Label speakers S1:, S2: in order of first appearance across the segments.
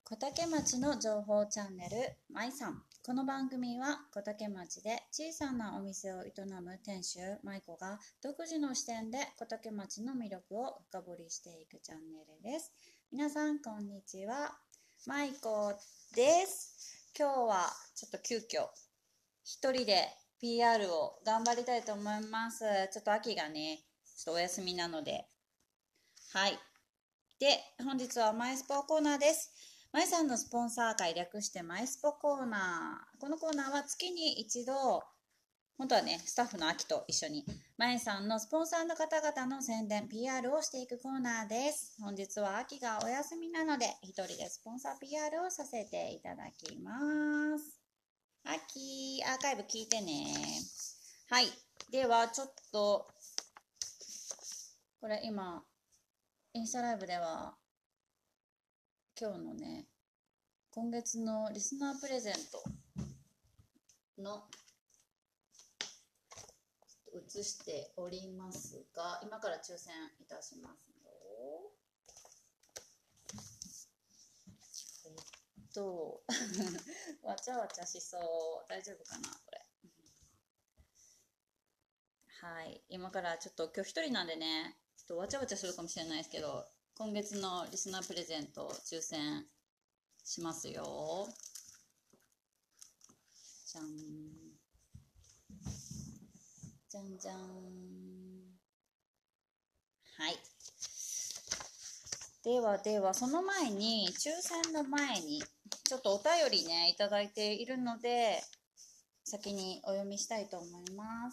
S1: 小竹町の情報チャンネルまいさん。この番組は小竹町で小さなお店を営む店主まいこが独自の視点で小竹町の魅力を深掘りしていくチャンネルです。皆さんこんにちは、まいこです。今日はちょっと急遽一人で PR を頑張りたいと思います。ちょっと秋がねちょっとお休みなので、はい。で、本日はマイスポコーナーです。マイさんのスポンサー会、略してマイスポコーナー。このコーナーは月に一度、本当はね、スタッフの秋と一緒に、マイさんのスポンサーの方々の宣伝、PR をしていくコーナーです。本日は秋がお休みなので、一人でスポンサー PR をさせていただきます。秋、アーカイブ聞いてね。はい。では、ちょっと、これ今、インスタライブでは、今日のね、今月のリスナープレゼントの映しておりますが、今から抽選いたしますよ。わちゃわちゃしそう。大丈夫かなこれ。はい。今からちょっと今日一人なんでね、ちょっとわちゃわちゃするかもしれないですけど、今月のリスナープレゼント抽選しますよ。じゃん。じゃんじゃん。はい。では、その前に、抽選の前に、ちょっとお便りね、いただいているので、先にお読みしたいと思います。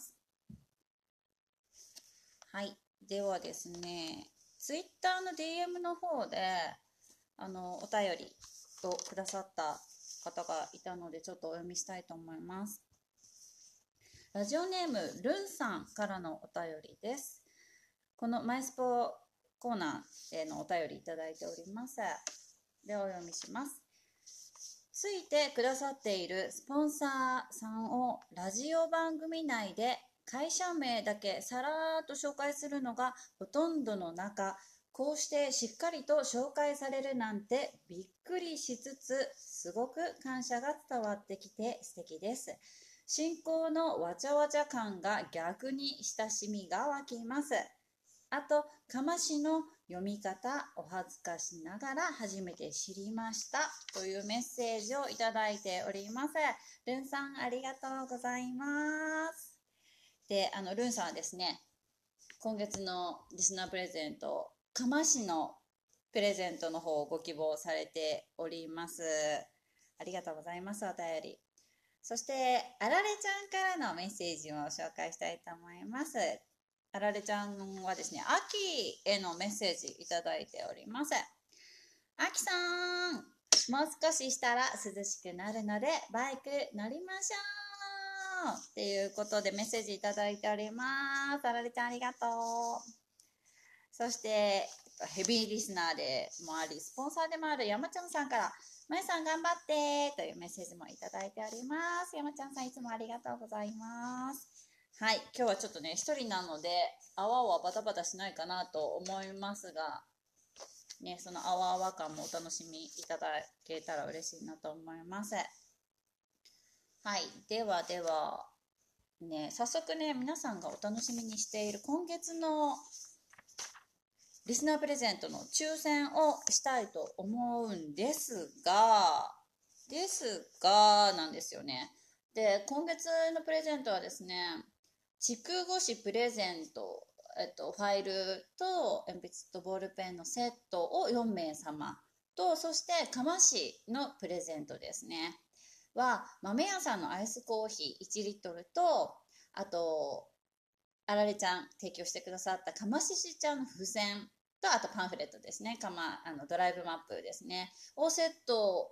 S1: はい。ではですね、Twitter の DM の方で、お便りをくださった方がいたので、ちょっとお読みしたいと思います。ラジオネーム、ルンさんからのお便りです。このマイスポコーナーへのお便りいただいております。ではお読みします。ついてくださっているスポンサーさんをラジオ番組内で会社名だけさらっと紹介するのがほとんどの中、こうしてしっかりと紹介されるなんてびっくりしつつ、すごく感謝が伝わってきて素敵です。進行のわちゃわちゃ感が逆に親しみが湧きます。あと、かましの読み方、お恥ずかしながら初めて知りましたというメッセージをいただいております。ルンさん、ありがとうございます。で、ルンさんはですね、今月のリスナープレゼント、かましのプレゼントの方をご希望されております。ありがとうございます、お便り。そして、あられちゃんからのメッセージを紹介したいと思います。あられちゃんはですね、秋へのメッセージいただいております。秋さん、もう少ししたら涼しくなるので、バイク乗りましょうっていうことでメッセージいただいております。あられちゃんありがとう。そして、ヘビーリスナーでもあり、スポンサーでもある山ちゃんさんから、まゆさん頑張ってというメッセージもいただいております。山ちゃんさんいつもありがとうございます。はい、今日はちょっとね、一人なので、あわあわバタバタしないかなと思いますが、ね、そのあわあわ感もお楽しみいただけたら嬉しいなと思います。はい、ではでは、ね、早速ね、皆さんがお楽しみにしている今月のリスナープレゼントの抽選をしたいと思うんですが、なんですよね。で、今月のプレゼントはですね、筑後市プレゼント、ファイルと鉛筆とボールペンのセットを4名様と、そして釜市のプレゼントですね。は、豆屋さんのアイスコーヒー1リットルと、あと、あられちゃん提供してくださったかまししちゃんの付箋と、あとパンフレットですね。ドライブマップですね。をセット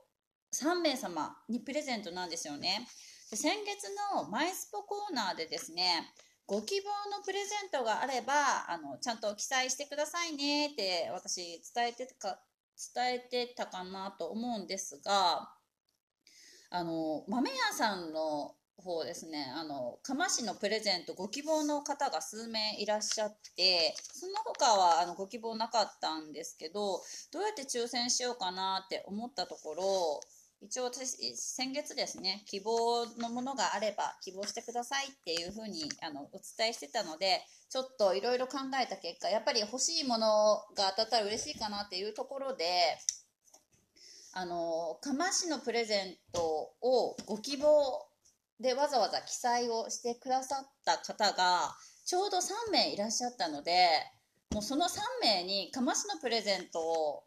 S1: 3名様にプレゼントなんですよね。で、先月のマイスポコーナーでですね、ご希望のプレゼントがあれば、ちゃんと記載してくださいねって私伝えてたかなと思うんですが、豆屋さんの方ですね、釜石のプレゼントご希望の方が数名いらっしゃって、その他はご希望なかったんですけど、どうやって抽選しようかなって思ったところ、一応私、先月ですね、希望のものがあれば希望してくださいっていうふうにお伝えしてたので、ちょっといろいろ考えた結果、やっぱり欲しいものが当たったら嬉しいかなっていうところで、釜石のプレゼントをご希望でわざわざ記載をしてくださった方がちょうど3名いらっしゃったので、もうその3名に釜石のプレゼントを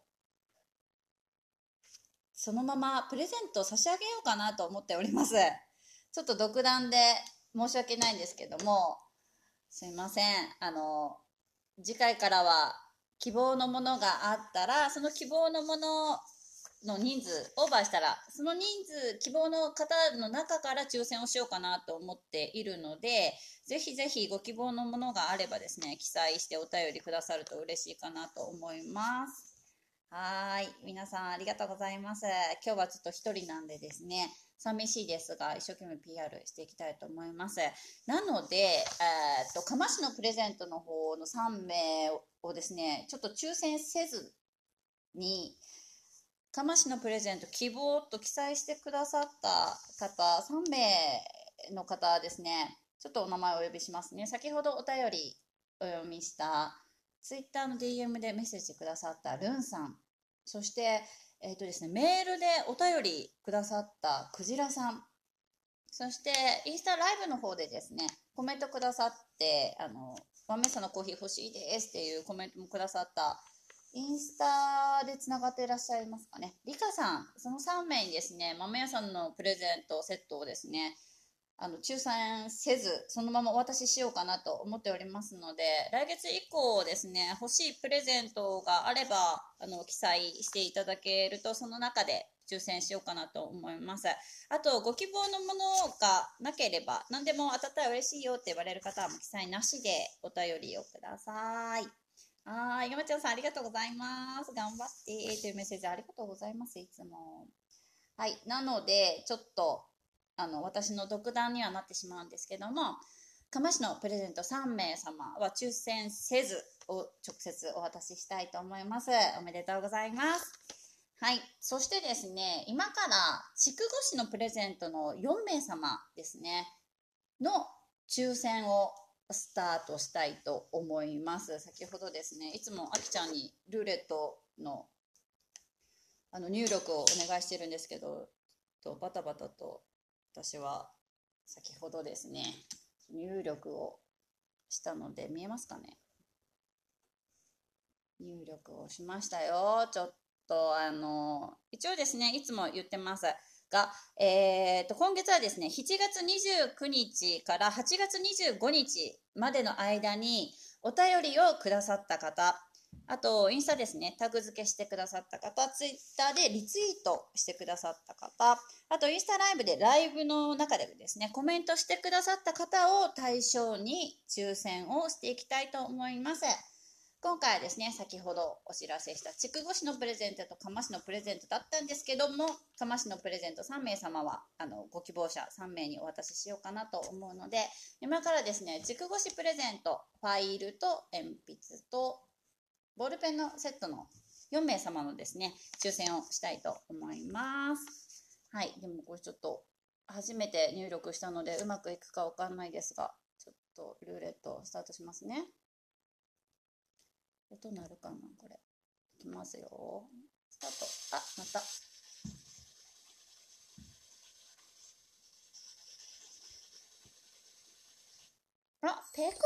S1: そのままプレゼントを差し上げようかなと思っております。ちょっと独断で申し訳ないんですけども、すいません。次回からは希望のものがあったら、その希望のものの人数オーバーしたら、その人数希望の方の中から抽選をしようかなと思っているので、ぜひぜひご希望のものがあればですね、記載してお便りくださると嬉しいかなと思います。はい。皆さんありがとうございます。今日はちょっと一人なんでですね、寂しいですが、一生懸命 PR していきたいと思います。なので、釜石のプレゼントの方の3名をですね、ちょっと抽選せずに、釜石のプレゼント希望と記載してくださった方、3名の方ですね、ちょっとお名前をお呼びしますね。先ほどお便りお読みした、ツイッターの DM でメッセージくださったルンさん、そして、ですね、メールでお便りくださったクジラさん、そしてインスタライブの方でですね、コメントくださって、ワンメッサのコーヒー欲しいですっていうコメントもくださったインスタでつながっていらっしゃいますかね。リカさん、その3名にですね、豆屋さんのプレゼントセットをですね、抽選せず、そのままお渡ししようかなと思っておりますので、来月以降ですね、欲しいプレゼントがあれば、記載していただけると、その中で抽選しようかなと思います。あと、ご希望のものがなければ、何でも当たったら嬉しいよって言われる方は、記載なしでお便りをください。はい。山ちゃんさん、ありがとうございます。頑張って。というメッセージありがとうございます。いつも。はい。なので、ちょっと、私の独断にはなってしまうんですけども、釜石のプレゼント3名様は抽選せずを直接お渡ししたいと思います。おめでとうございます。はい。そしてですね、今から筑後市のプレゼントの4名様ですね、の抽選をスタートしたいと思います。先ほどですね、いつもあきちゃんにルーレットの入力をお願いしてるんですけど、バタバタと私は先ほどですね、入力をしたので、見えますかね。入力をしましたよ。ちょっと一応ですね、いつも言ってますが、今月はですね、7月29日から8月25日までの間にお便りをくださった方、あと、インスタですね、タグ付けしてくださった方、ツイッターでリツイートしてくださった方、あと、インスタライブでライブの中でですね、コメントしてくださった方を対象に抽選をしていきたいと思います。今回はですね、先ほどお知らせした筑後市のプレゼントと釜市のプレゼントだったんですけども、釜市のプレゼント3名様はご希望者3名にお渡ししようかなと思うので、今からですね、筑後市プレゼント、ファイルと鉛筆とボールペンのセットの4名様のですね、抽選をしたいと思います。はい、でもこれちょっと初めて入力したのでうまくいくかわかんないですが、ちょっとルーレットスタートしますね。音鳴るかなこれ。いきますよ。スタート。あ、また。あ、ペコリンさん、おめでとうござい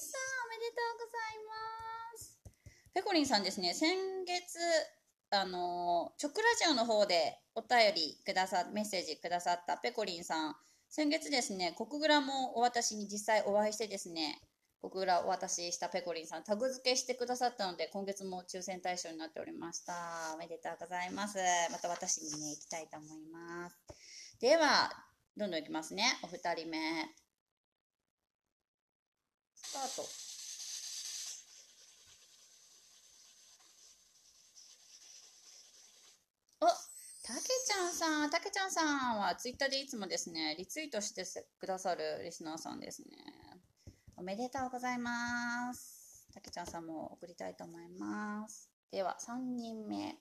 S1: ます。ペコリンさんですね、先月、チョクラジオの方でお便りくださ、メッセージくださったペコリンさん、先月ですね、コクグラもお渡しに実際お会いしてですね、コクグラお渡ししたペコリンさん、タグ付けしてくださったので、今月も抽選対象になっておりました。おめでとうございます。また私にね、行きたいと思います。では、どんどんいきますね。お二人目。スタート。お、 たけちゃんさんはツイッターでいつもですね、リツイートしてくださるリスナーさんですね。おめでとうございます。たけちゃんさんも送りたいと思います。では、3人目。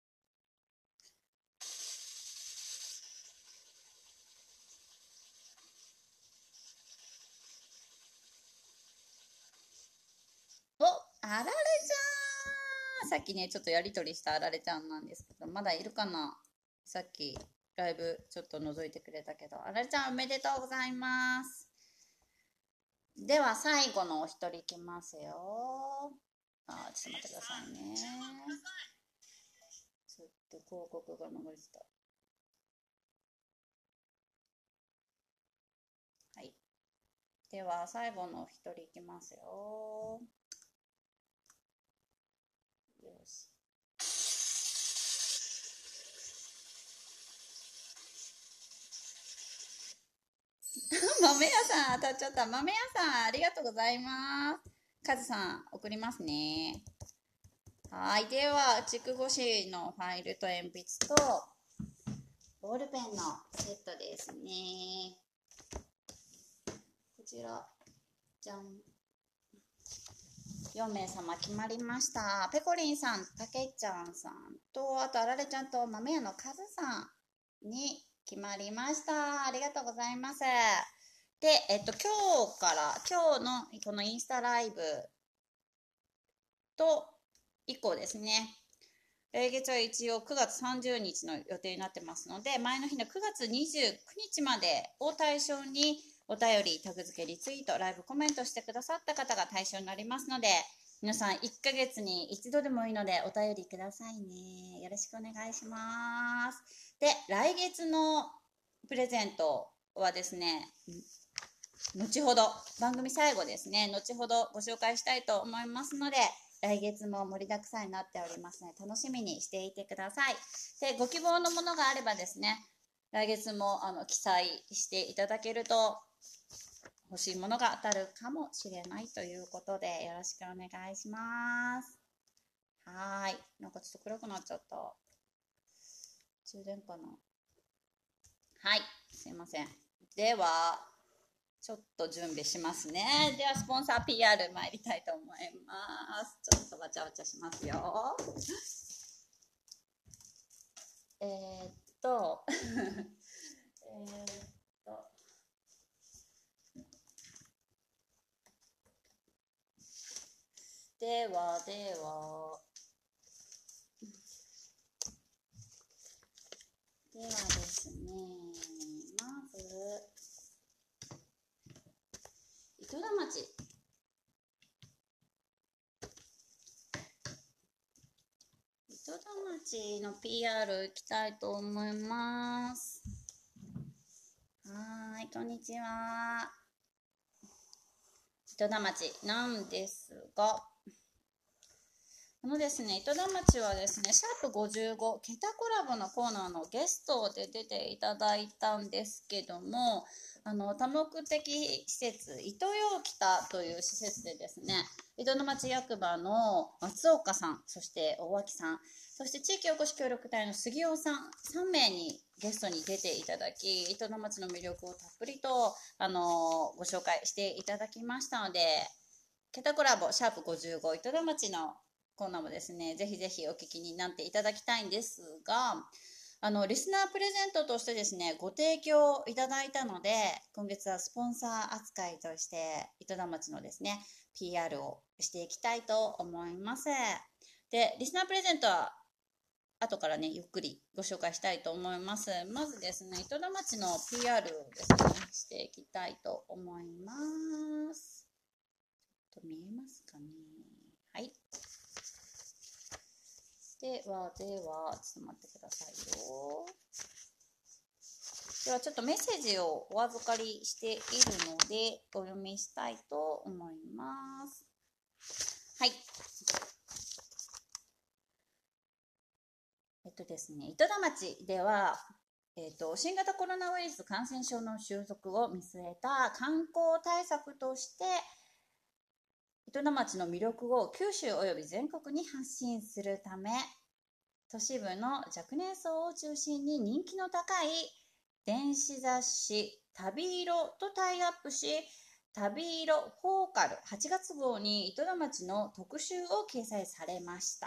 S1: お、あられちゃん。さっきね、ちょっとやりとりしたあられちゃんなんですけど、まだいるかな。さっきライブちょっと覗いてくれたけど、あられちゃんおめでとうございます。では、最後のお一人いきますよ。ちょっと待ってくださいね。ちょっと広告が流れてた。はい。では、最後のお一人いきますよ。よし。豆屋さん当たっちゃった。豆屋さん、ありがとうございます。カズさん、送りますね。はい。では、筑後市のファイルと鉛筆と、ボールペンのセットですね。こちら、じゃん。4名様決まりました。ペコリンさん、たけちゃんさんと、あとあられちゃんと豆屋のカズさんに決まりました。ありがとうございます。で、今日のこのインスタライブと以降ですね、来月は一応9月30日の予定になってますので、前の日の9月29日までを対象にお便り、タグ付け、リツイート、ライブコメントしてくださった方が対象になりますので、皆さん1ヶ月に一度でもいいのでお便りくださいね。よろしくお願いします。で、来月のプレゼントはですね、後ほど、番組最後ですね、後ほどご紹介したいと思いますので、来月も盛りだくさんになっておりますので、楽しみにしていてください。で、ご希望のものがあればですね、来月も記載していただけると、欲しいものが当たるかもしれないということで、よろしくお願いします。はい。なんかちょっと暗くなっちゃった。充電かな。はい。すいません。では、ちょっと準備しますね。では、スポンサー PR 参りたいと思います。ちょっとわちゃわちゃしますよ。えーっと、えーっと、では、ですね、まず、糸田町。糸田町の PR 行きたいと思います。はい、こんにちは。糸田町なんですが、ですね、糸田町はですね、シャープ55、ケタコラボのコーナーのゲストで出ていただいたんですけども、多目的施設、糸ようきたという施設でですね、糸の町役場の松岡さん、そして大脇さん、そして地域おこし協力隊の杉尾さん、3名にゲストに出ていただき、糸の町の魅力をたっぷりと、ご紹介していただきましたので、ケタコラボ、シャープ55、糸の町のコーナーもですね、ぜひぜひお聞きになっていただきたいんですが、リスナープレゼントとしてですね、ご提供いただいたので、今月はスポンサー扱いとして、糸田町のですね、PR をしていきたいと思います。で、リスナープレゼントは、後からね、ゆっくりご紹介したいと思います。まずですね、糸田町の PR をですね、していきたいと思います。ちょっと見えますかね。はい。では、ちょっと待ってくださいよ。では、ちょっとメッセージをお預かりしているので、お読みしたいと思います。はい。ですね、糸田町では、新型コロナウイルス感染症の収束を見据えた観光対策として、糸田町の魅力を九州及び全国に発信するため、 都市部の若年層を中心に人気の高い電子雑誌旅色とタイアップし、旅色フォーカル8月号に糸田町の特集を掲載されました。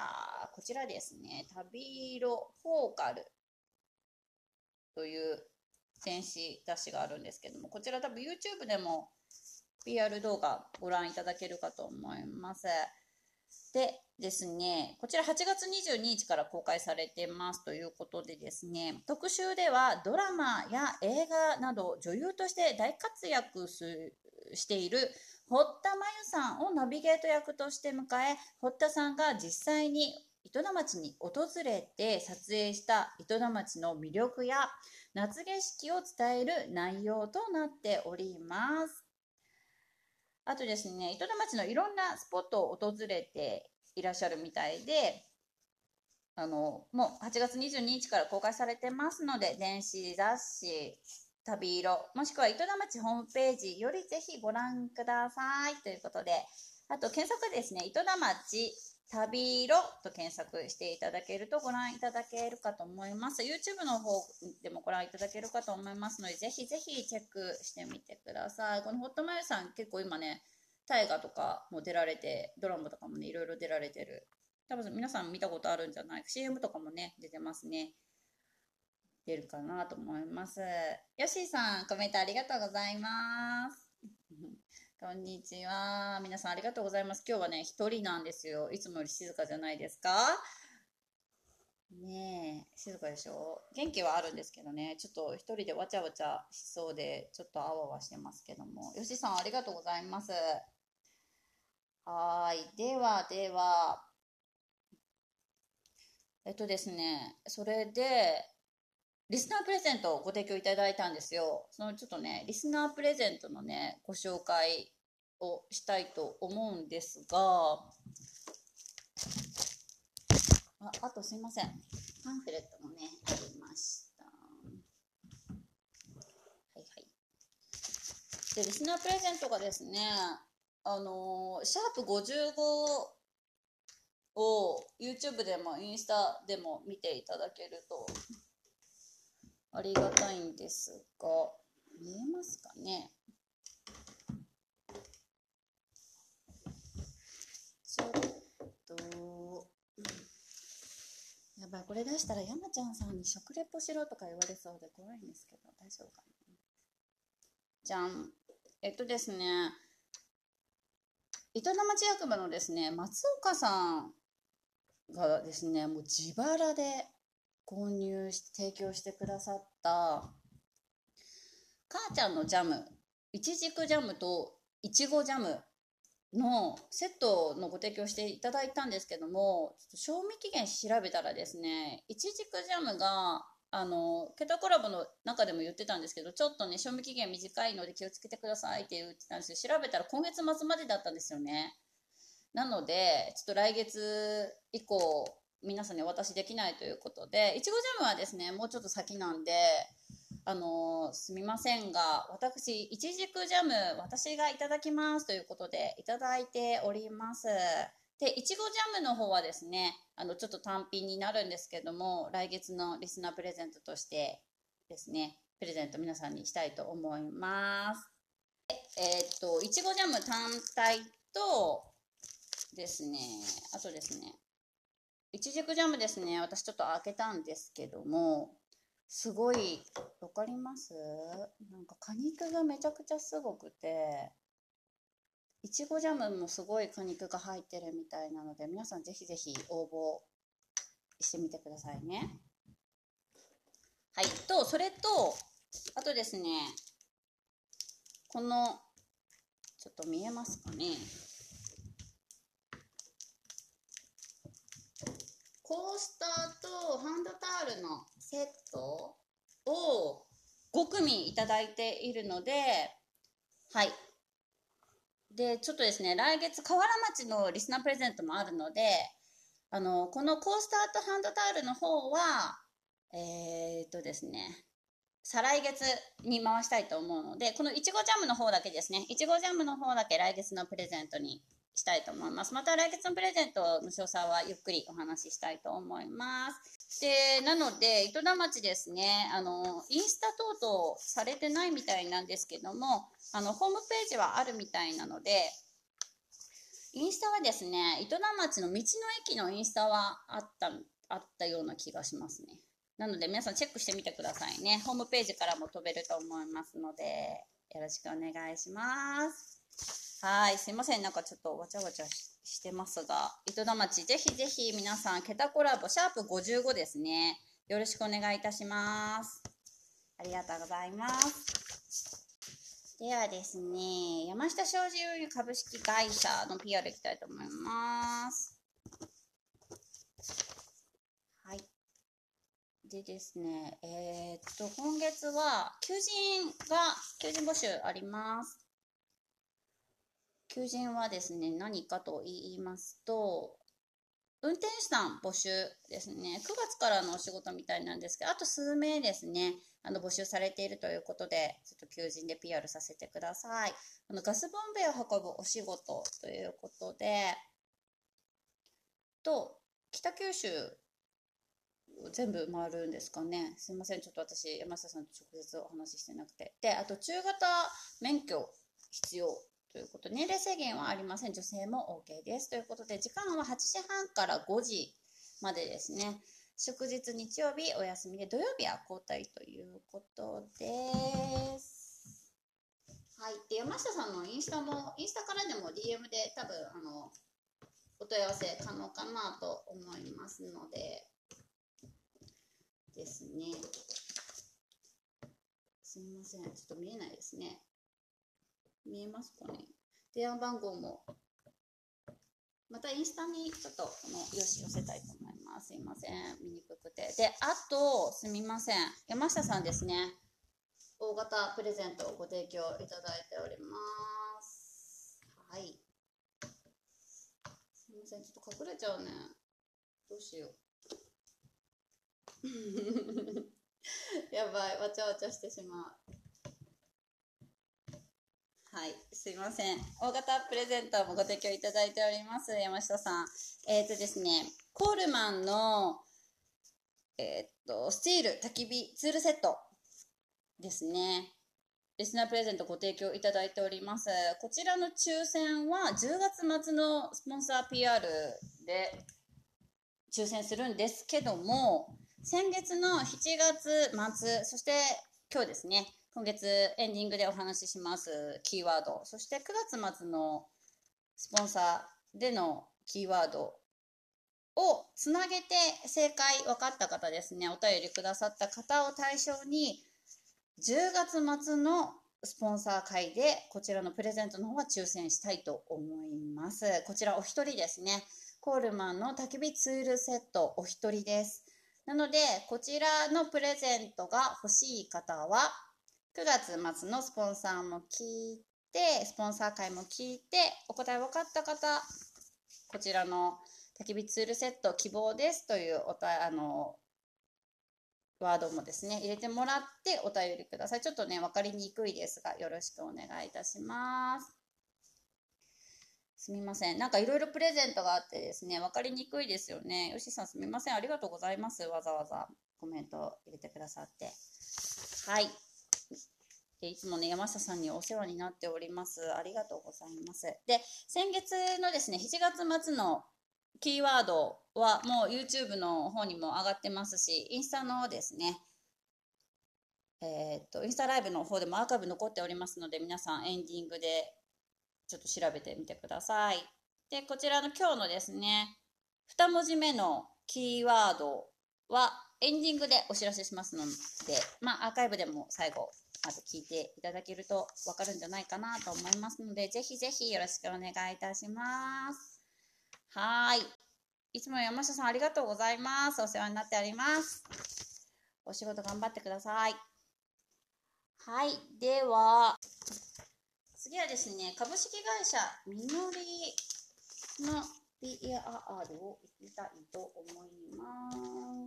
S1: こちらですね、旅色フォーカルという電子雑誌があるんですけども、こちら多分 YouTube でも PR 動画ご覧いただけるかと思います。でですね、こちら8月22日から公開されてますということでですね、特集ではドラマや映画など女優として大活躍している堀田真由さんをナビゲート役として迎え、堀田さんが実際に糸田町に訪れて撮影した糸田町の魅力や夏景色を伝える内容となっております。あとですね、糸田町のいろんなスポットを訪れていらっしゃるみたいで、もう8月22日から公開されてますので、電子雑誌旅色、もしくは糸田町ホームページよりぜひご覧くださいということで、あと検索ですね、糸田町旅色と検索していただけるとご覧いただけるかと思います。YouTube の方でもご覧いただけるかと思いますので、ぜひぜひチェックしてみてください。この堀田真由さん、結構今ね、大河とかも出られて、ドラマとかもね、いろいろ出られてる。多分皆さん見たことあるんじゃないか。CM とかもね、出てますね。出るかなと思います。よしーさん、コメントありがとうございます。こんにちは。皆さんありがとうございます。今日はね、一人なんですよ。いつもより静かじゃないですか？ねえ、静かでしょ？元気はあるんですけどね、ちょっと一人でわちゃわちゃしそうで、ちょっとあわわしてますけども。よしさん、ありがとうございます。はい。ではでは、ですね、それで、リスナープレゼントをご提供いただいたんですよ。そのちょっとね、リスナープレゼントのね、ご紹介をしたいと思うんですが、あとすいません。パンフレットもね、ありました。はいはい。で、リスナープレゼントがですね、シャープ55を YouTube でもインスタでも見ていただけるとありがたいんですが、見えますかね？ちょっと、やばい、これ出したら山ちゃんさんに食レポしろとか言われそうで怖いんですけど、大丈夫かな？じゃん。ですね、糸田町役場のですね、松岡さんがですね、もう自腹で購入し、提供してくださった、母ちゃんのジャム、いちじくジャムといちごジャムのセットのご提供していただいたんですけども、ちょっと賞味期限調べたらですね、いちじくジャムが、ケタコラボの中でも言ってたんですけど、ちょっとね、賞味期限短いので気をつけてくださいって言ってたんですよ。調べたら今月末までだったんですよね。なので、ちょっと来月以降、皆さんにお渡しできないということで、いちごジャムはですね、もうちょっと先なんで、すみませんが、私、いちじくジャム、私がいただきますということで、いただいております。で、いちごジャムの方はですね、ちょっと単品になるんですけども、来月のリスナープレゼントとしてですね、プレゼント皆さんにしたいと思います。いちごジャム単体とですね、あとですね、いちじくジャムですね、私ちょっと開けたんですけども、すごい、わかります？なんか果肉がめちゃくちゃすごくて、いちごジャムもすごい果肉が入ってるみたいなので、皆さんぜひぜひ応募してみてくださいね。はい、それと、あとですね、この、ちょっと見えますかね。コースターとハンドタオルのセットを5組いただいているので、はい。で、ちょっとですね、来月、河原町のリスナープレゼントもあるので、このコースターとハンドタオルの方は、ですね、再来月に回したいと思うので、このいちごジャムの方だけですね、いちごジャムの方だけ来月のプレゼントにしたいと思います。また来月のプレゼントの詳細はゆっくりお話ししたいと思います。で、なので、糸田町ですね、インスタ等々されてないみたいなんですけども、ホームページはあるみたいなので、インスタはですね、糸田町の道の駅のインスタはあったような気がしますね。なので皆さんチェックしてみてくださいね。ホームページからも飛べると思いますので、よろしくお願いします。はい、すいません。なんかちょっとわちゃわちゃしてますが、糸田町、ぜひぜひ皆さん、ケタコラボ、#55ですね。よろしくお願いいたします。ありがとうございます。ではですね、山下商事運輸株式会社の PR いきたいと思います。はい。でですね、今月は求人募集あります。求人はですね、何かと言いますと、運転手さん募集ですね。9月からのお仕事みたいなんですけど、あと数名ですね、募集されているということで、ちょっと求人で PR させてください。ガスボンベを運ぶお仕事ということで、北九州全部回るんですかね。すいません。ちょっと私、山下さんと直接お話ししてなくて。で、あと中型免許必要ということで、年齢制限はありません。女性も OK です。ということで、時間は8時半から5時までですね。祝日日曜日お休みで、土曜日は交代ということです。はい。で、山下さんのインスタからでも DM で多分、お問い合わせ可能かなと思いますので、ですね。すみません。ちょっと見えないですね。見えますかね。電話番号も、またインスタにちょっと寄せたいと思います。すいません。見にくくて。で、あと、すみません。山下さんですね。大型プレゼントをご提供いただいております。はい。すみません。ちょっと隠れちゃうね。どうしよう。やばい。わちゃわちゃしてしまう。はい、すいません。大型プレゼントもご提供いただいております、山下さん。ですね、コールマンの、スチール焚き火ツールセットですね。リスナープレゼントご提供いただいております。こちらの抽選は10月末のスポンサー PR で抽選するんですけども、先月の7月末、そして今日ですね、今月エンディングでお話ししますキーワード、そして9月末のスポンサーでのキーワードをつなげて正解分かった方ですね、お便りくださった方を対象に10月末のスポンサー会でこちらのプレゼントの方は抽選したいと思います。こちらお一人ですね。コールマンの焚き火ツールセットお一人です。なので、こちらのプレゼントが欲しい方は、9月末のスポンサーも聞いて、スポンサー会も聞いて、お答え分かった方、こちらの焚き火ツールセット希望ですというワードもですね、入れてもらってお便りください。ちょっとね、分かりにくいですが、よろしくお願いいたします。すみません。なんかいろいろプレゼントがあってですね、分かりにくいですよね。よしさんすみません。ありがとうございます。わざわざコメント入れてくださって。はい。いつもね、山下さんにお世話になっております。ありがとうございます。で、先月のですね、7月末のキーワードはもう YouTube の方にも上がってますし、インスタのですね、インスタライブの方でもアーカイブ残っておりますので、皆さんエンディングでちょっと調べてみてください。で、こちらの今日のですね、2文字目のキーワードはエンディングでお知らせしますので、アーカイブでも最後まで聞いていただけるとわかるんじゃないかなと思いますので、ぜひぜひよろしくお願いいたします。はい。いつも山下さんありがとうございます。お世話になっております。お仕事頑張ってください。はい。では、次はですね、株式会社みのりの PR をいきたいと思います。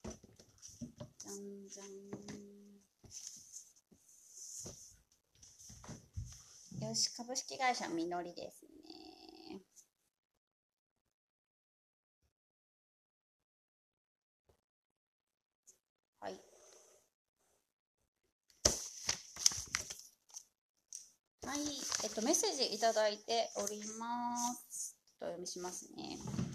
S1: じゃんじゃん。よ株式会社みのりですね。はい。はい。メッセージいただいております。お読みしますね。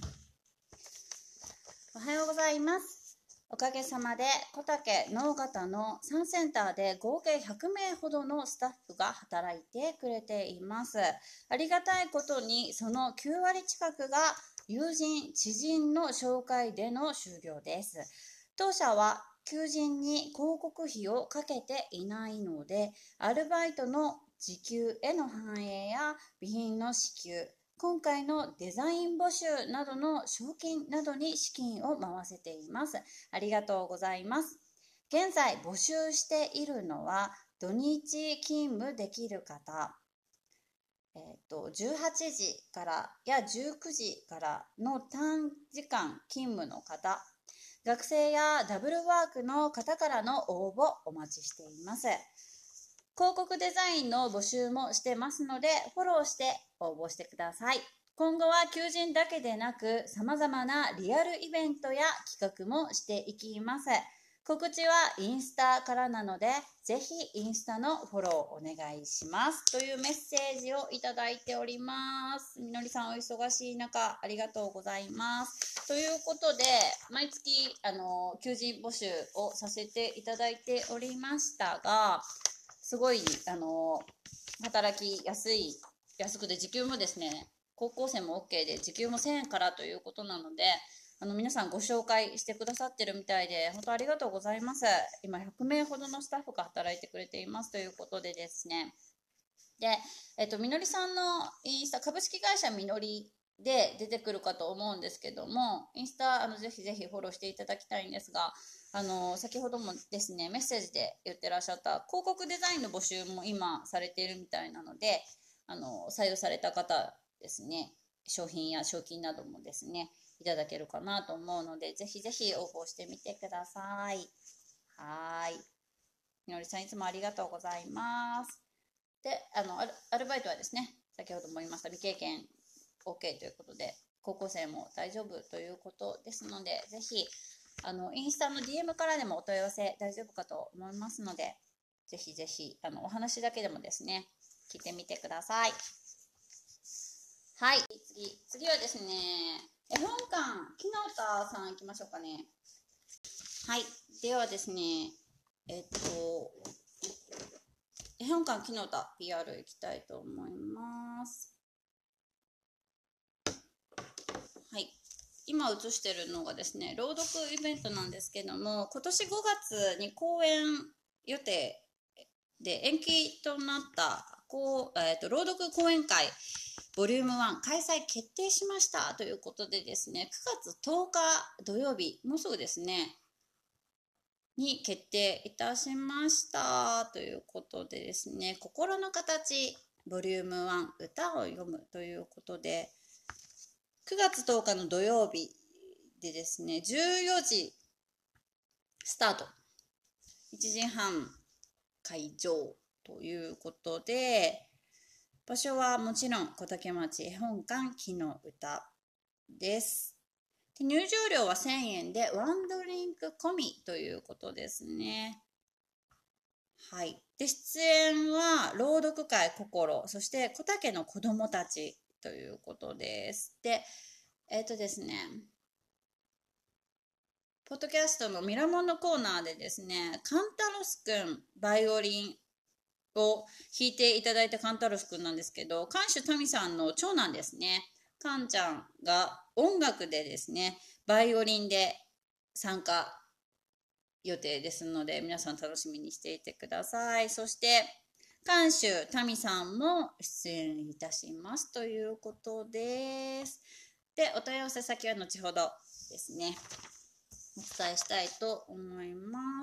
S1: おはようございます。おかげさまで小竹能形の3センターで合計100名ほどのスタッフが働いてくれています。ありがたいことにその9割近くが友人、知人の紹介での就業です。当社は求人に広告費をかけていないので、アルバイトの時給への反映や備品の支給、今回のデザイン募集などの賞金などに資金を回せています。ありがとうございます。現在募集しているのは土日勤務できる方、18時からや19時からの短時間勤務の方、学生やダブルワークの方からの応募お待ちしています。広告デザインの募集もしてますので、フォローして応募してください。今後は求人だけでなく、様々なリアルイベントや企画もしていきます。告知はインスタからなので、ぜひインスタのフォローお願いします。というメッセージをいただいております。みのりさんお忙しい中、ありがとうございます。ということで、毎月、求人募集をさせていただいておりましたが、すごい、働きやすくて、時給もですね、高校生も OK で、時給も1000円からということなので、皆さんご紹介してくださってるみたいで、本当ありがとうございます。今、100名ほどのスタッフが働いてくれていますということでですね。で、みのりさんのインスタ、株式会社みのりで出てくるかと思うんですけども、インスタ、ぜひぜひフォローしていただきたいんですが、先ほどもですね、メッセージで言ってらっしゃった広告デザインの募集も今されているみたいなので、採用された方ですね、商品や賞金などもですね、いただけるかなと思うので、ぜひぜひ応募してみてください。はい。みのりさん、いつもありがとうございます。で、アルバイトはですね、先ほども言いました未経験 OK ということで、高校生も大丈夫ということですので、ぜひ、インスタの DM からでもお問い合わせ大丈夫かと思いますので、ぜひぜひ、お話だけでもですね、聞いてみてください。はい、次はですね、絵本館、木の田さん行きましょうかね。はい、ではですね、絵本館木の田 PR いきたいと思います。はい。今映してるのがですね、朗読イベントなんですけども、今年5月に公演予定で延期となった朗読講演会ボリューム1開催決定しましたということでですね、9月10日土曜日、もうすぐですね、に決定いたしましたということでですね、心の形ボリューム1歌を読むということで、9月10日の土曜日でですね、14時スタート、1時半会場ということで、場所はもちろん小竹町絵本館木の歌です。で、入場料は1000円でワンドリンク込みということですね。はい。で、出演は朗読会心、そして小竹の子供たちということです。で、ですね、ポッドキャストのミラモンのコーナーでですね、カンタロスくん、バイオリンを弾いていただいたカンタロスくんなんですけど、カンシュタミさんの長男ですね。カンちゃんが音楽でですね、バイオリンで参加予定ですので、皆さん楽しみにしていてください。そして、カンシュタミさんも出演いたしますということです。で、お問い合わせ先は後ほどですね、お伝えしたいと思います。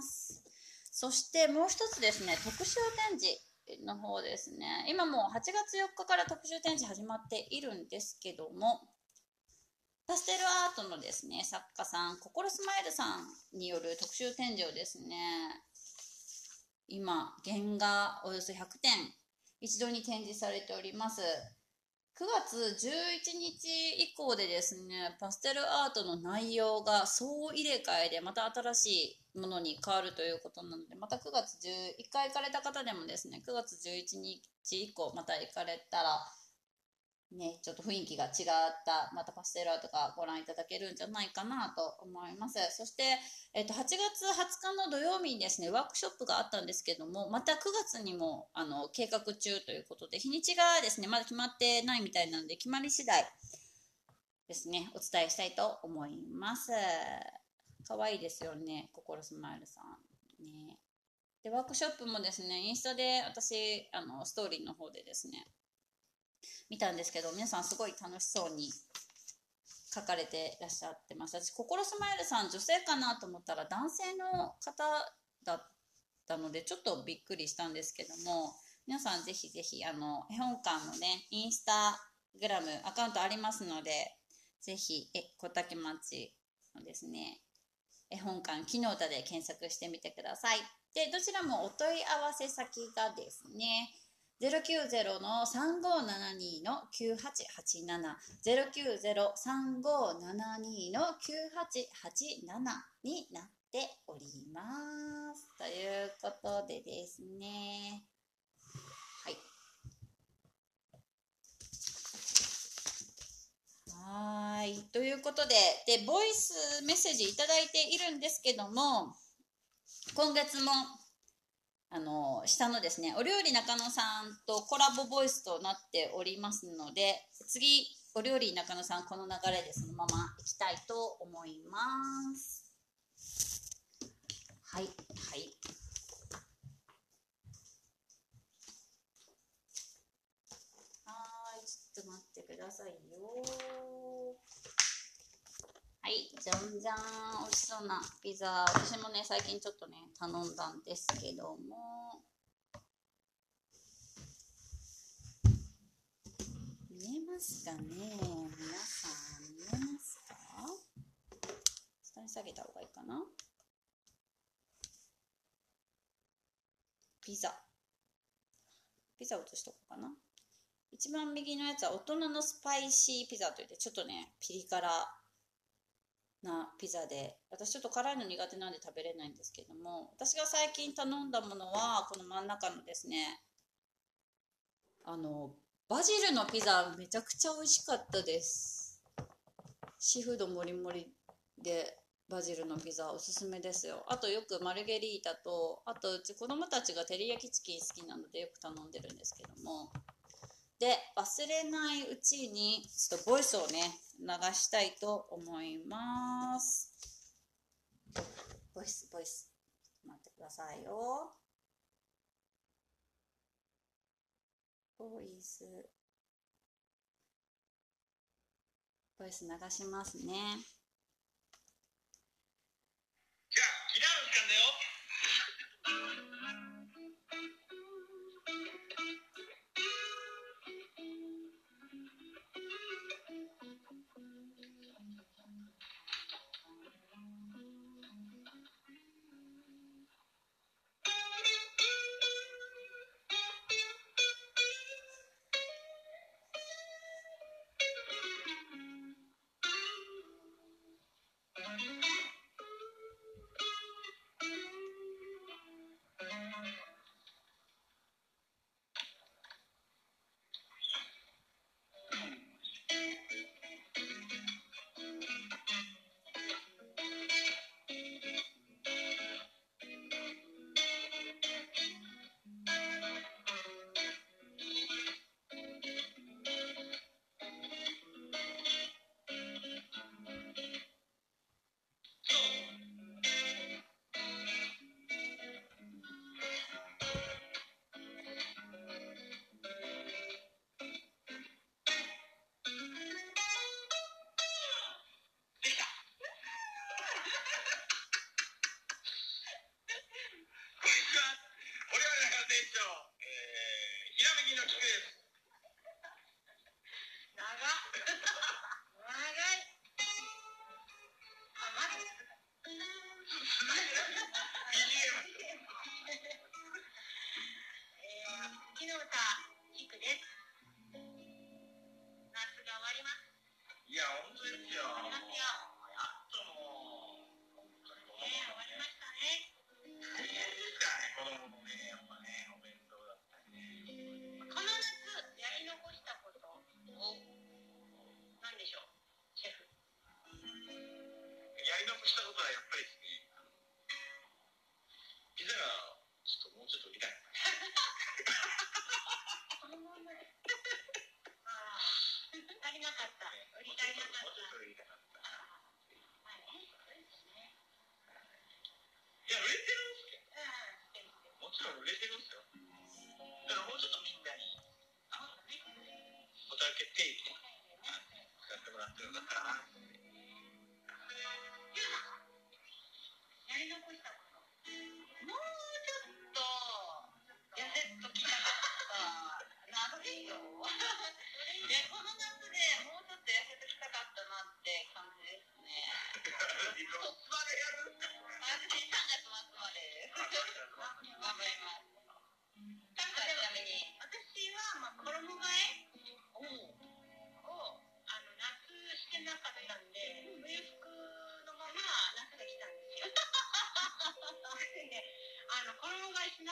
S1: そしてもう一つですね、特集展示の方ですね。今もう8月4日から特集展示始まっているんですけども、パステルアートのですね、作家さん、心スマイルさんによる特集展示をですね、今、原画およそ100点一度に展示されております。9月11日以降でですね、パステルアートの内容が総入れ替えでまた新しいものに変わるということなので、また9月11回行かれた方でもですね、9月11日以降また行かれたら、ね、ちょっと雰囲気が違ったまたパステルアートがご覧いただけるんじゃないかなと思います。そして、8月20日の土曜日にですねワークショップがあったんですけども、また9月にも計画中ということで、日にちがですねまだ決まってないみたいなので、決まり次第ですねお伝えしたいと思います。可愛いですよね、心スマイルさんね。でワークショップもですねインスタで私ストーリーの方でですね見たんですけど、皆さんすごい楽しそうに書かれていらっしゃってました。私、心スマイルさん女性かなと思ったら男性の方だったのでちょっとびっくりしたんですけども、皆さんぜひぜひ絵本館のねインスタグラムアカウントありますので、ぜひ小竹町のですね絵本館木の歌で検索してみてください。でどちらもお問い合わせ先がですね090-3572-9887 090-3572-9887になっております。ということでですね、はい。ということで、ボイスメッセージいただいているんですけども、今月も下のですねお料理中野さんとコラボボイスとなっておりますので、次お料理中野さんこの流れでそのままいきたいと思います。はいはい、ちょっと待ってくださいよ。はい、じゃんじゃん、美味しそうなピザ、私もね最近ちょっとね頼んだんですけども、見えますかね、皆さん見えますか？下に下げた方がいいかな。ピザを落としとこうかな。一番右のやつは大人のスパイシーピザといって、ちょっとねピリ辛なピザで、私ちょっと辛いの苦手なんで食べれないんですけども、私が最近頼んだものはこの真ん中のですねバジルのピザ、めちゃくちゃ美味しかったです。シーフードもりもりでバジルのピザおすすめですよ。あとよくマルゲリータと、あとうち子供たちが照り焼きチキン好きなのでよく頼んでるんですけども、で忘れないうちにちょっとボイスをね流したいと思います。ボイス待ってくださいよ。ボイス流しますね。
S2: じゃあキラーの時間だよ。ひらめきの菊です。長い。あ、まだBGM。木の歌。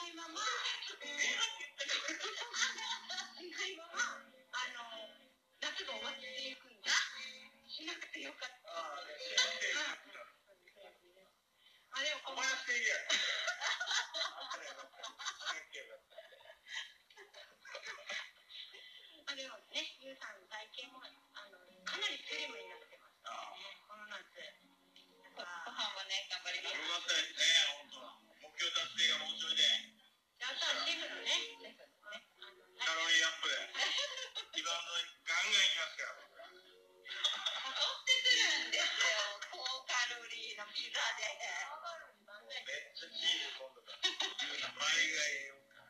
S3: ないまま、夏が終わっていくんだ。しなくてよかった。でもここでもね、ゆうさんの体験もかなりスリムになってますね、この夏。ご飯はね、頑張ります。よかったですね、本当。目標達成が面白いで。あとはシェフのね、カロリーアップで。リバウンドガンガンいきますから。太ってくるんですよ、高カロリーのピザで。めっちゃチーズ今度から。倍が栄養価。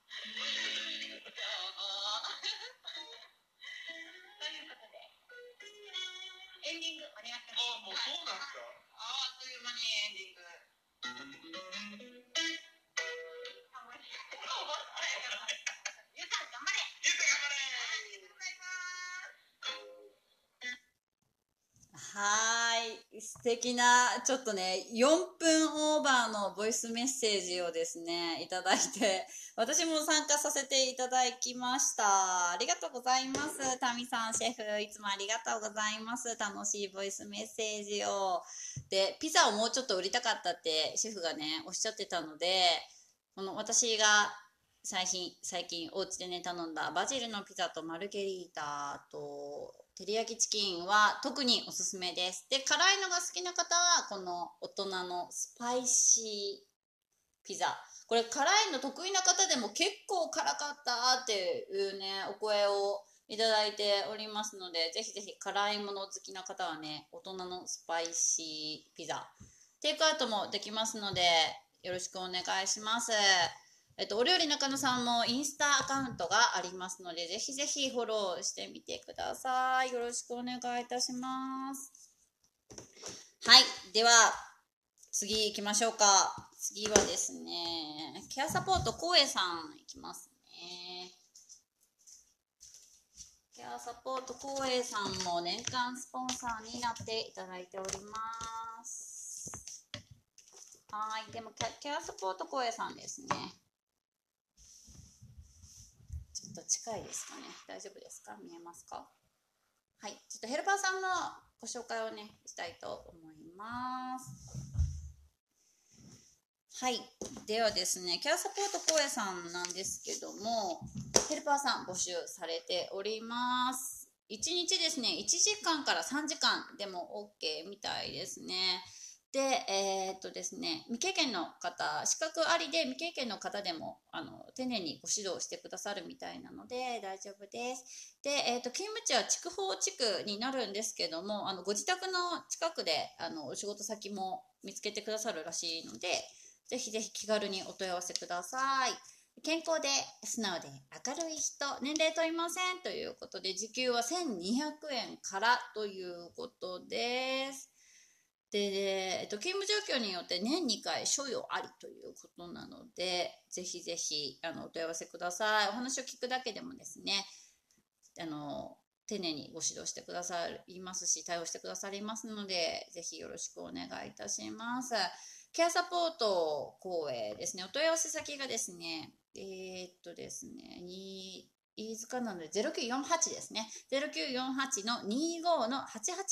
S3: ということで、エンディングお願いします。もうそうなんですか？あっという間にエンディング。ゆうさん頑張れ。ゆうさん頑張れ。ありがとうございます。
S1: はい。素敵な、ちょっとね、4分オーバーのボイスメッセージをですね、いただいて、私も参加させていただきました。ありがとうございます。タミさん、シェフ、いつもありがとうございます。楽しいボイスメッセージを。で、ピザをもうちょっと売りたかったって、シェフがね、おっしゃってたので、私が最近お家でね、頼んだバジルのピザとマルゲリータと、照り焼きチキンは特におすすめです。で、辛いのが好きな方は、この大人のスパイシーピザ。これ辛いの得意な方でも結構辛かったっていうね、お声をいただいておりますので、ぜひぜひ辛いもの好きな方はね、大人のスパイシーピザ。テイクアウトもできますので、よろしくお願いします。お料理中野さんもインスタアカウントがありますので、ぜひぜひフォローしてみてください。よろしくお願いいたします。はい。では、次行きましょうか。次はですね、ケアサポート光栄さんいきますね。ケアサポート光栄さんも年間スポンサーになっていただいております。はい。でもケアサポート光栄さんですね。ちょっと近いですかね。大丈夫ですか？見えますか？はい。ちょっとヘルパーさんのご紹介をね、したいと思います。はい。ではですね、ケアサポート光栄さんなんですけども、ヘルパーさん募集されております。1日ですね、1時間から3時間でも OK みたいですね。で、ですね、未経験の方、資格ありで未経験の方でも、丁寧にご指導してくださるみたいなので大丈夫です。で、勤務地は筑豊地区になるんですけども、ご自宅の近くで、お仕事先も見つけてくださるらしいので、ぜひぜひ気軽にお問い合わせください。健康で素直で明るい人、年齢問いませんということで、時給は1200円からということです。で、勤務状況によって年2回所要ありということなので、ぜひぜひお問い合わせください。お話を聞くだけでもですね、丁寧にご指導してくださいますし、対応してくださりますので、ぜひよろしくお願いいたします。ケアサポート光栄ですね。お問い合わせ先がですね、ですね、飯塚なので0948ですね。0948の25の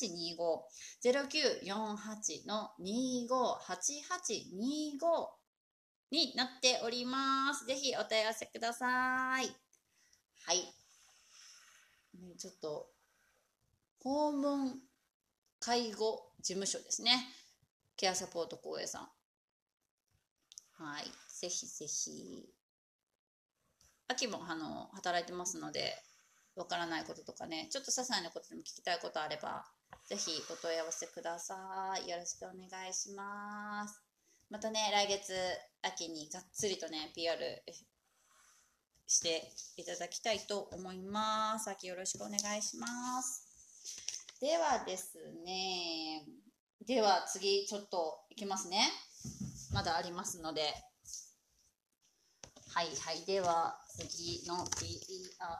S1: 8825。0948の258825になっております。ぜひお問い合わせください。はい。ちょっと、訪問介護事務所ですね。ケアサポート光栄さん。はい。ぜひぜひ。秋も働いてますので、わからないこととかね、ちょっと些細なことでも聞きたいことあれば、ぜひお問い合わせください。よろしくお願いします。またね、来月秋にがっつりとね、PR していただきたいと思います。秋よろしくお願いします。ではですね、では次ちょっといきますね。まだありますので。はいはい。では次の PR が、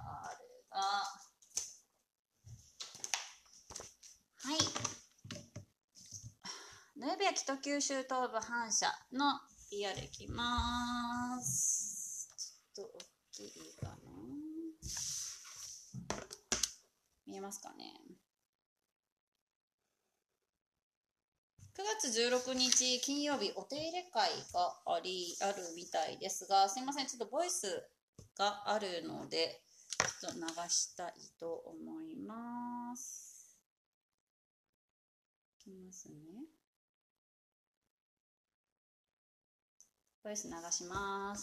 S1: はい。ヌーベ北九州東部本社の PR いきます。ちょっと大きいかな。見えますかね。9月16日金曜日お手入れ会があるみたいですが、すいません、ちょっとボイスがあるのでちょっと流したいと思います。いきますね。ボイス流します。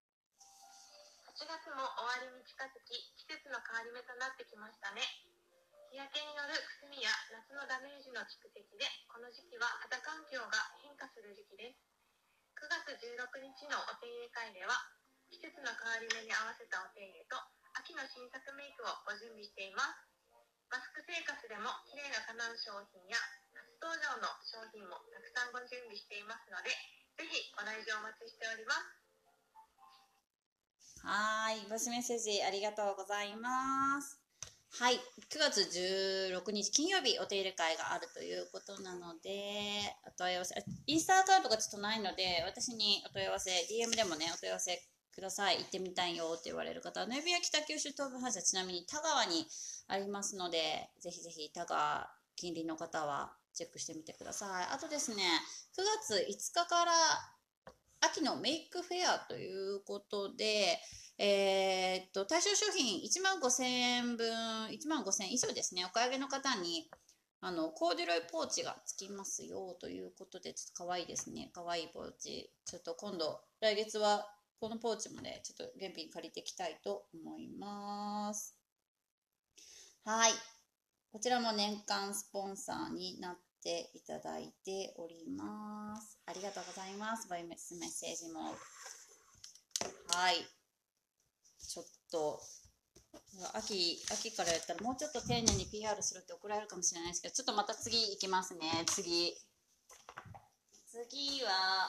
S3: 8月も終わりに近づき、季節の変わり目となってきましたね。日焼けによるくすみや夏のダメージの蓄積で、この時期は肌環境が変化する時期です。9月16日のお手入れ会では、季節の変わり目に合わせたお手入れと秋の新作メイクをご準備しています。マスク生活でも綺麗が叶う商品や初登場の商品もたくさんご準備していますので、ぜひご来場お待ちしております。
S1: はい、ボイスメッセージありがとうございます。はい、9月16日金曜日お手入れ会があるということなので、お問い合わせ、インスタアカウントがちょっとないので、私にお問い合わせ、DM でもね、お問い合わせください。行ってみたいよって言われる方は、野指や北九州東部本社、ちなみに田川にありますので、ぜひぜひ田川近隣の方はチェックしてみてください。あとですね、9月5日から秋のメイクフェアということで、対象商品15,000円分、15,000円以上ですね、お買い上げの方にコーデュロイポーチがつきますよということで、ちょっと可愛いですね。可愛いポーチ。ちょっと今度、来月はこのポーチもね、ちょっと現品借りていきたいと思います。はい。こちらも年間スポンサーになっていただいております。ありがとうございます。ボイスメッセージも。はい。ちょっと、秋からやったらもうちょっと丁寧に PR するって怒られるかもしれないですけど、ちょっとまた次行きますね。次は、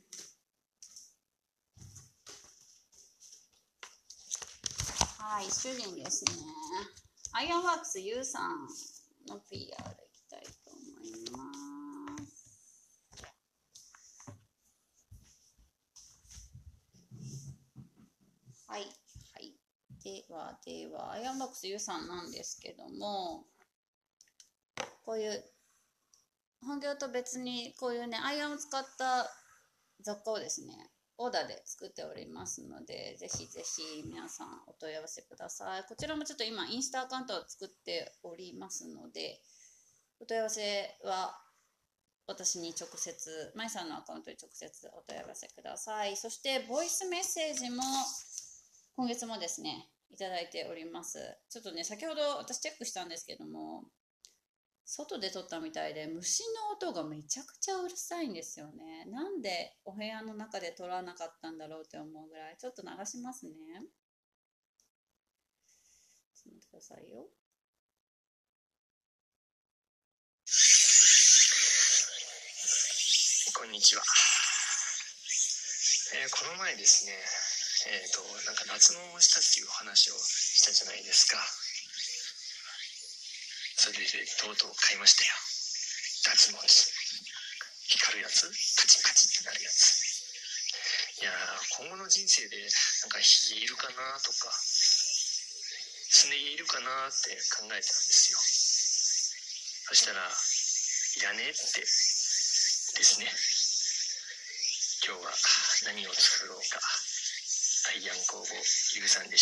S1: はい、主人ですね。アイアンワークス U さんの PR いきたいと思います。はい、はい。では、アイアンワークス U さんなんですけども、こういう本業と別にこういうね、アイアンを使った雑貨をですね、オーダーで作っておりますので、ぜひぜひ皆さんお問い合わせください。こちらもちょっと今インスタアカウントを作っておりますので、お問い合わせは私に直接、まいさんのアカウントに直接お問い合わせください。そしてボイスメッセージも今月もですね、いただいております。ちょっとね、先ほど私チェックしたんですけども、外で撮ったみたいで虫の音がめちゃくちゃうるさいんですよね。なんでお部屋の中で撮らなかったんだろうって思うぐらい。ちょっと流しますね。ちょっと待ってくださいよ。
S4: こんにちは。この前ですね、なんか脱毛をしたっていう話をしたじゃないですか。それでとうとう買いましたよ。脱毛器。光るやつ、カチカチってなるやつ。いやー、今後の人生でなんかヒゲいるかなとか、すね毛いるかなって考えたんですよ。そしたら、いらねえってですね。今日は何を作ろうか。アイアン工房ゆうさんでした。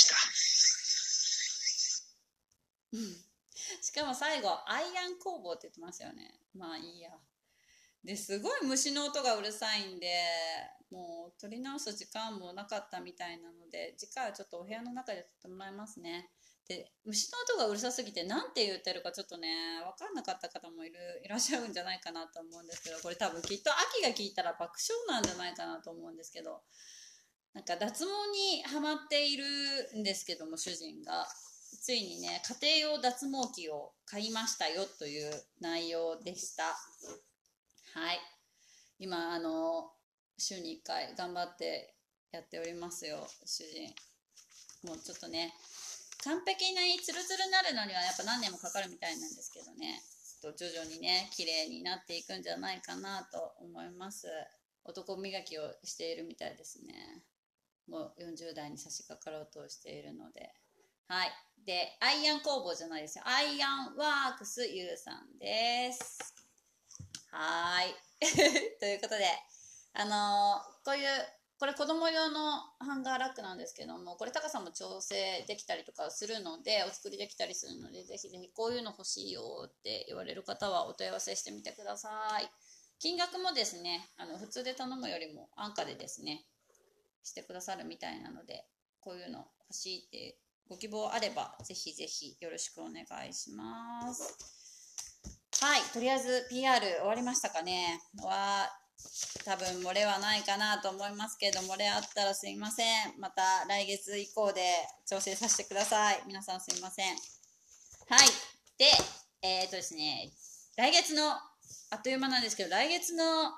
S1: しかも最後アイアン工房って言ってますよね。まあいいや。ですごい虫の音がうるさいんで、もう撮り直す時間もなかったみたいなので、次回はちょっとお部屋の中で撮ってもらいますね。で、虫の音がうるさすぎて何て言ってるかちょっとね、分かんなかった方もいらっしゃるんじゃないかなと思うんですけど、これ多分きっと秋が聞いたら爆笑なんじゃないかなと思うんですけど、なんか脱毛にハマっているんですけども、主人がついにね、家庭用脱毛器を買いましたよという内容でした。はい、今週に1回頑張ってやっておりますよ、主人。もうちょっとね、完璧にツルツルになるのにはやっぱ何年もかかるみたいなんですけどね、徐々にね綺麗になっていくんじゃないかなと思います。 男磨きをしているみたいですね。もう40代に差し掛かろうとしているので。はい。で、アイアン工房じゃないですよ。アイアンワークスゆうさんです。はい。ということで、こういう、これ子供用のハンガーラックなんですけども、これ高さも調整できたりとかするので、お作りできたりするので、ぜひぜひこういうの欲しいよって言われる方はお問い合わせしてみてください。金額もですね、普通で頼むよりも安価でですね、してくださるみたいなので、こういうの欲しいってご希望あれば、ぜひぜひよろしくお願いします。はい、とりあえず PR 終わりましたかね。多分漏れはないかなと思いますけど、漏れあったらすいません。また来月以降で調整させてください。皆さんすいません。はい。で、ですね、来月の、あっという間なんですけど、来月の、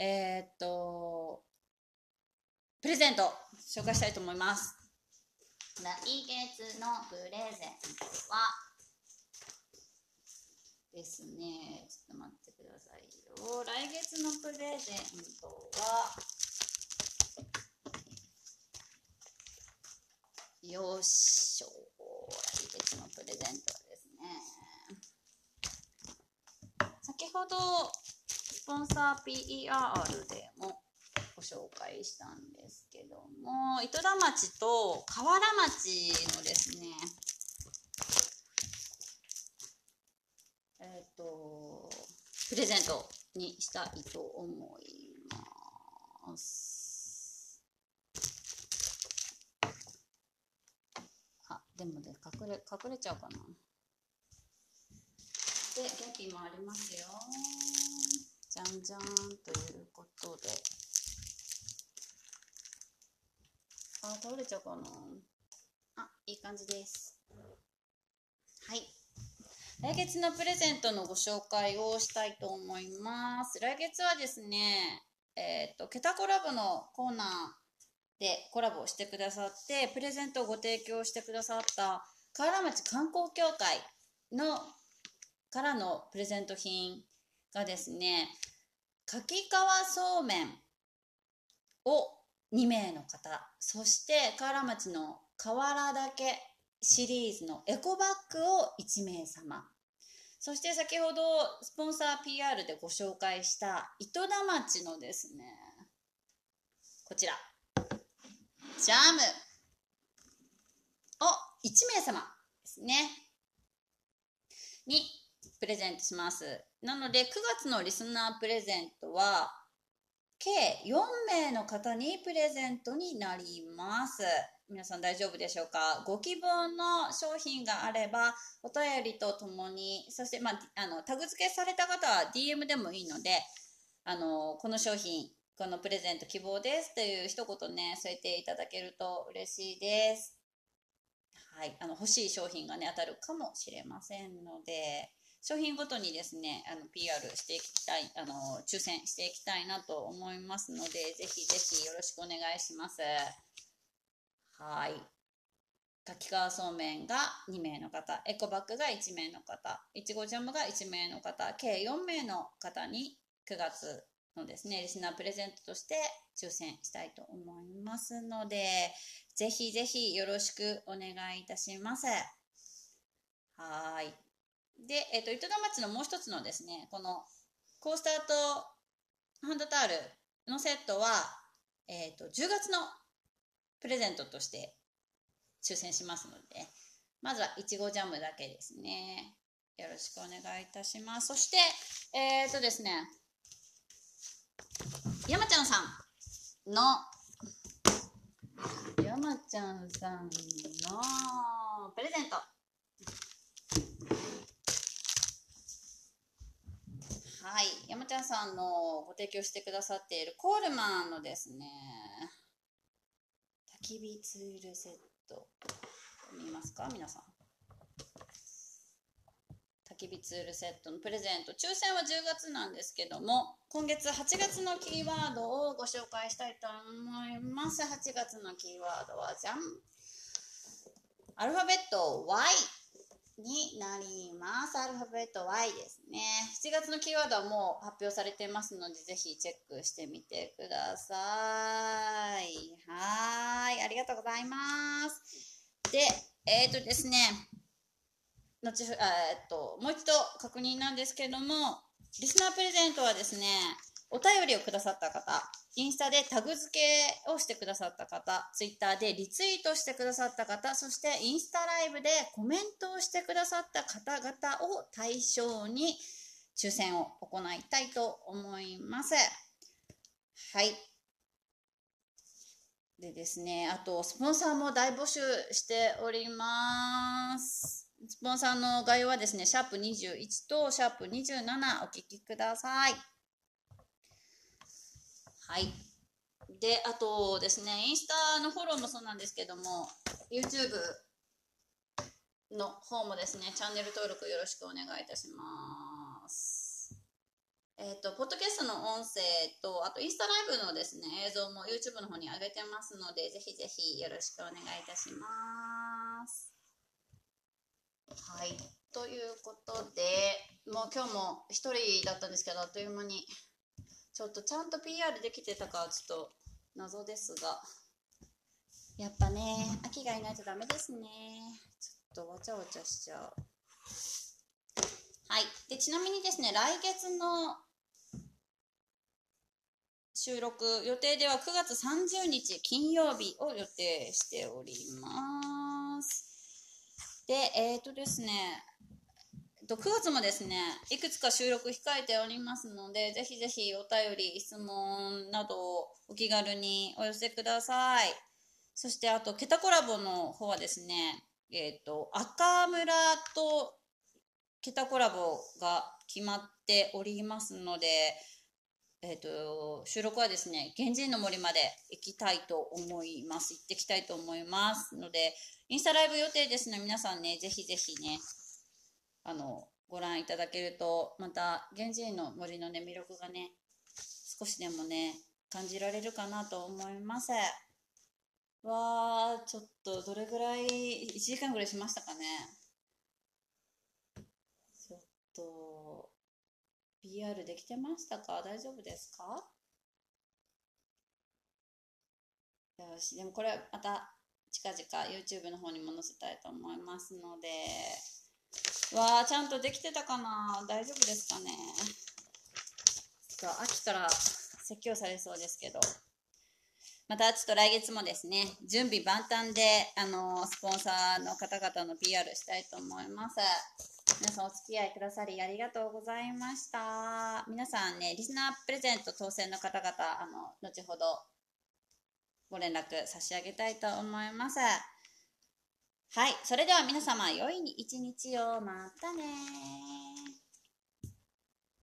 S1: プレゼント紹介したいと思います。来月のプレゼントはですね、ちょっと待ってくださいよ。来月のプレゼントは、よっしょ、来月のプレゼントはですね、先ほどスポンサー PER でもご紹介したんですけども、糸田町と河原町のですね、プレゼントにしたいと思います。あ、でもね、隠れちゃうかな。で、ギャピもありますよ。じゃんじゃんということで。あ、倒れちゃうかな。あ、いい感じです。はい。来月のプレゼントのご紹介をしたいと思います。来月はですね、ケタコラボのコーナーでコラボしてくださって、プレゼントをご提供してくださった河原町観光協会のからのプレゼント品がですね、柿皮そうめんを2名の方、そして河原町の河原岳シリーズのエコバッグを1名様、そして先ほどスポンサー PR でご紹介した糸田町のですね、こちらジャムを1名様ですねにプレゼントします。なので9月のリスナープレゼントは計4名の方にプレゼントになります。皆さん大丈夫でしょうか。ご希望の商品があればお便りとともに、そして、タグ付けされた方は DM でもいいので、この商品、このプレゼント希望ですという一言ね、添えていただけると嬉しいです。はい、欲しい商品がね、当たるかもしれませんので、商品ごとにですね、PR していきたい、抽選していきたいなと思いますので、ぜひぜひよろしくお願いします。はい。柿皮そうめんが2名の方、エコバッグが1名の方、いちごジャムが1名の方、計4名の方に9月のですね、リスナープレゼントとして抽選したいと思いますので、ぜひぜひよろしくお願いいたします。はい。で、糸田町のもう一つのですね、このコースターとハンドタオルのセットは、10月のプレゼントとして抽選しますので、まずはいちごジャムだけですね。よろしくお願いいたします。そして、ですね、山ちゃんさんのプレゼント。はい、山ちゃんさんのご提供してくださっているコールマンのですね、焚き火ツールセット、見ますか皆さん。焚き火ツールセットのプレゼント、抽選は10月なんですけども、今月8月のキーワードをご紹介したいと思います。8月のキーワードはじゃん、アルファベット Y になります。アルファベット Y ですね。7月のキーワードはもう発表されてますので、ぜひチェックしてみてください。はい、ありがとうございます。で、ですね、もう一度確認なんですけれども、リスナープレゼントはですね、お便りをくださった方、インスタでタグ付けをしてくださった方、ツイッターでリツイートしてくださった方、そしてインスタライブでコメントをしてくださった方々を対象に抽選を行いたいと思います。はい。でですね、あとスポンサーも大募集しております。スポンサーの概要はですね、シャープ21とシャープ27お聞きください。はい。で、あとですね、インスタのフォローもそうなんですけども、YouTube の方もですね、チャンネル登録よろしくお願いいたします。ポッドキャストの音声と、あとインスタライブのですね、映像も YouTube の方に上げてますので、ぜひぜひよろしくお願いいたします。はい。ということで、もう今日も一人だったんですけど、あっという間に、ちょっとちゃんと PR できてたかはちょっと謎ですが、やっぱね、秋がいないとダメですね。ちょっとわちゃわちゃしちゃう。はい。で、ちなみにですね、来月の収録予定では9月30日金曜日を予定しております。で、ですね、9月もですね、いくつか収録控えておりますので、ぜひぜひお便り、質問などをお気軽にお寄せください。そしてあと、ケタコラボの方はですね、赤村とケタコラボが決まっておりますので、収録はですね、源氏の森まで行きたいと思います。行ってきたいと思いますので、インスタライブ予定ですね、皆さんね、ぜひぜひね、ご覧いただけると、また、源氏の森のね、魅力がね、少しでもね、感じられるかなと思います。わー、ちょっと、どれぐらい、1時間ぐらいしましたかね。ちょっと、PR できてましたか？大丈夫ですか？よし、でもこれまた近々 YouTube の方にも載せたいと思いますので、わー、ちゃんとできてたかな？大丈夫ですかね？ちょっと秋から説教されそうですけど、またちょっと来月もですね、準備万端で、スポンサーの方々の PR したいと思います。皆さんお付き合いくださりありがとうございました。皆さんね、リスナープレゼント当選の方々、後ほどご連絡差し上げたいと思います。はい、それでは皆様、良い一日を。またね。